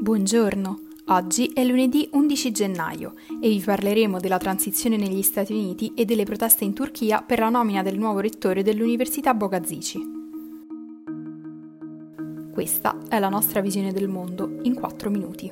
Buongiorno, oggi è lunedì 11 gennaio e vi parleremo della transizione negli Stati Uniti e delle proteste in Turchia per la nomina del nuovo rettore dell'Università Bogazici. Questa è la nostra visione del mondo in 4 minuti.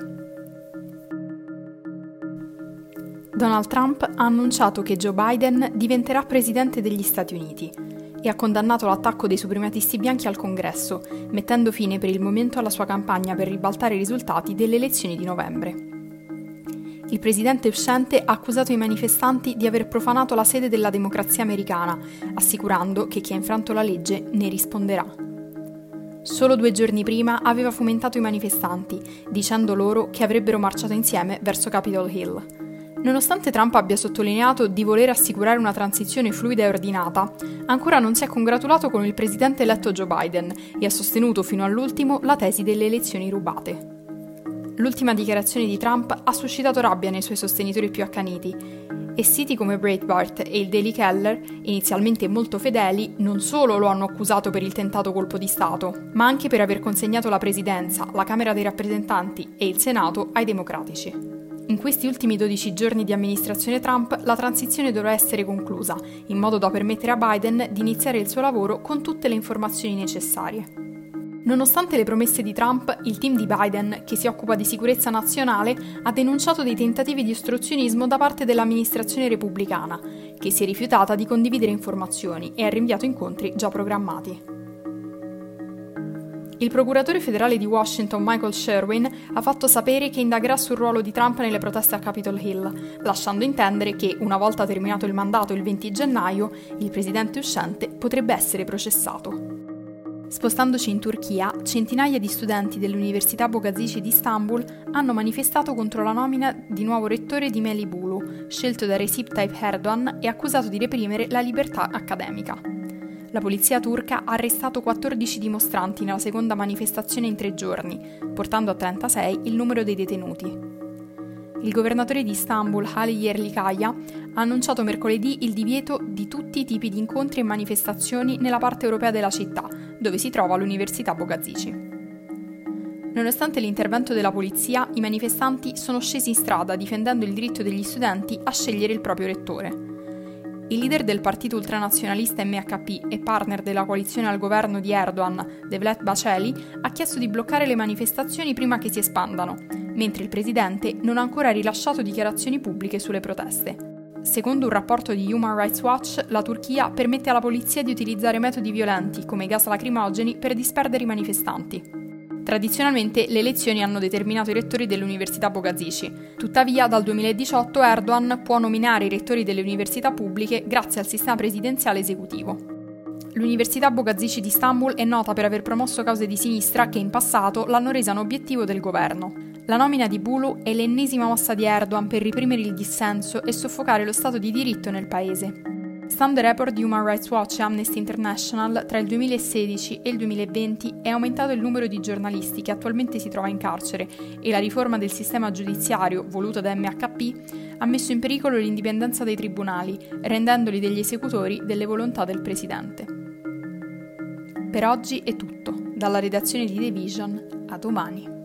Donald Trump ha annunciato che Joe Biden diventerà presidente degli Stati Uniti e ha condannato l'attacco dei suprematisti bianchi al Congresso, mettendo fine per il momento alla sua campagna per ribaltare i risultati delle elezioni di novembre. Il presidente uscente ha accusato i manifestanti di aver profanato la sede della democrazia americana, assicurando che chi ha infranto la legge ne risponderà. Solo 2 giorni prima aveva fomentato i manifestanti, dicendo loro che avrebbero marciato insieme verso Capitol Hill. Nonostante Trump abbia sottolineato di voler assicurare una transizione fluida e ordinata, ancora non si è congratulato con il presidente eletto Joe Biden e ha sostenuto fino all'ultimo la tesi delle elezioni rubate. L'ultima dichiarazione di Trump ha suscitato rabbia nei suoi sostenitori più accaniti e siti come Breitbart e il Daily Caller, inizialmente molto fedeli, non solo lo hanno accusato per il tentato colpo di Stato, ma anche per aver consegnato la presidenza, la Camera dei rappresentanti e il Senato ai democratici. In questi ultimi 12 giorni di amministrazione Trump, la transizione dovrà essere conclusa, in modo da permettere a Biden di iniziare il suo lavoro con tutte le informazioni necessarie. Nonostante le promesse di Trump, il team di Biden, che si occupa di sicurezza nazionale, ha denunciato dei tentativi di ostruzionismo da parte dell'amministrazione repubblicana, che si è rifiutata di condividere informazioni e ha rinviato incontri già programmati. Il procuratore federale di Washington, Michael Sherwin, ha fatto sapere che indagherà sul ruolo di Trump nelle proteste a Capitol Hill, lasciando intendere che, una volta terminato il mandato il 20 gennaio, il presidente uscente potrebbe essere processato. Spostandoci in Turchia, centinaia di studenti dell'Università Bogazici di Istanbul hanno manifestato contro la nomina di nuovo rettore di Melih Bulu, scelto da Recep Tayyip Erdogan e accusato di reprimere la libertà accademica. La polizia turca ha arrestato 14 dimostranti nella seconda manifestazione in 3 giorni, portando a 36 il numero dei detenuti. Il governatore di Istanbul, Ali Yerlikaya, ha annunciato mercoledì il divieto di tutti i tipi di incontri e manifestazioni nella parte europea della città, dove si trova l'Università Bogazici. Nonostante l'intervento della polizia, i manifestanti sono scesi in strada difendendo il diritto degli studenti a scegliere il proprio rettore. Il leader del partito ultranazionalista MHP e partner della coalizione al governo di Erdogan, Devlet Bahçeli, ha chiesto di bloccare le manifestazioni prima che si espandano, mentre il presidente non ha ancora rilasciato dichiarazioni pubbliche sulle proteste. Secondo un rapporto di Human Rights Watch, la Turchia permette alla polizia di utilizzare metodi violenti come gas lacrimogeni per disperdere i manifestanti. Tradizionalmente le elezioni hanno determinato i rettori dell'Università Bogazici. Tuttavia, dal 2018 Erdogan può nominare i rettori delle università pubbliche grazie al sistema presidenziale esecutivo. L'Università Bogazici di Istanbul è nota per aver promosso cause di sinistra che in passato l'hanno resa un obiettivo del governo. La nomina di Bulu è l'ennesima mossa di Erdogan per reprimere il dissenso e soffocare lo Stato di diritto nel paese. Stando ai report di Human Rights Watch e Amnesty International, tra il 2016 e il 2020 è aumentato il numero di giornalisti che attualmente si trova in carcere e la riforma del sistema giudiziario, voluta da MHP, ha messo in pericolo l'indipendenza dei tribunali, rendendoli degli esecutori delle volontà del presidente. Per oggi è tutto. Dalla redazione di The Vision, a domani.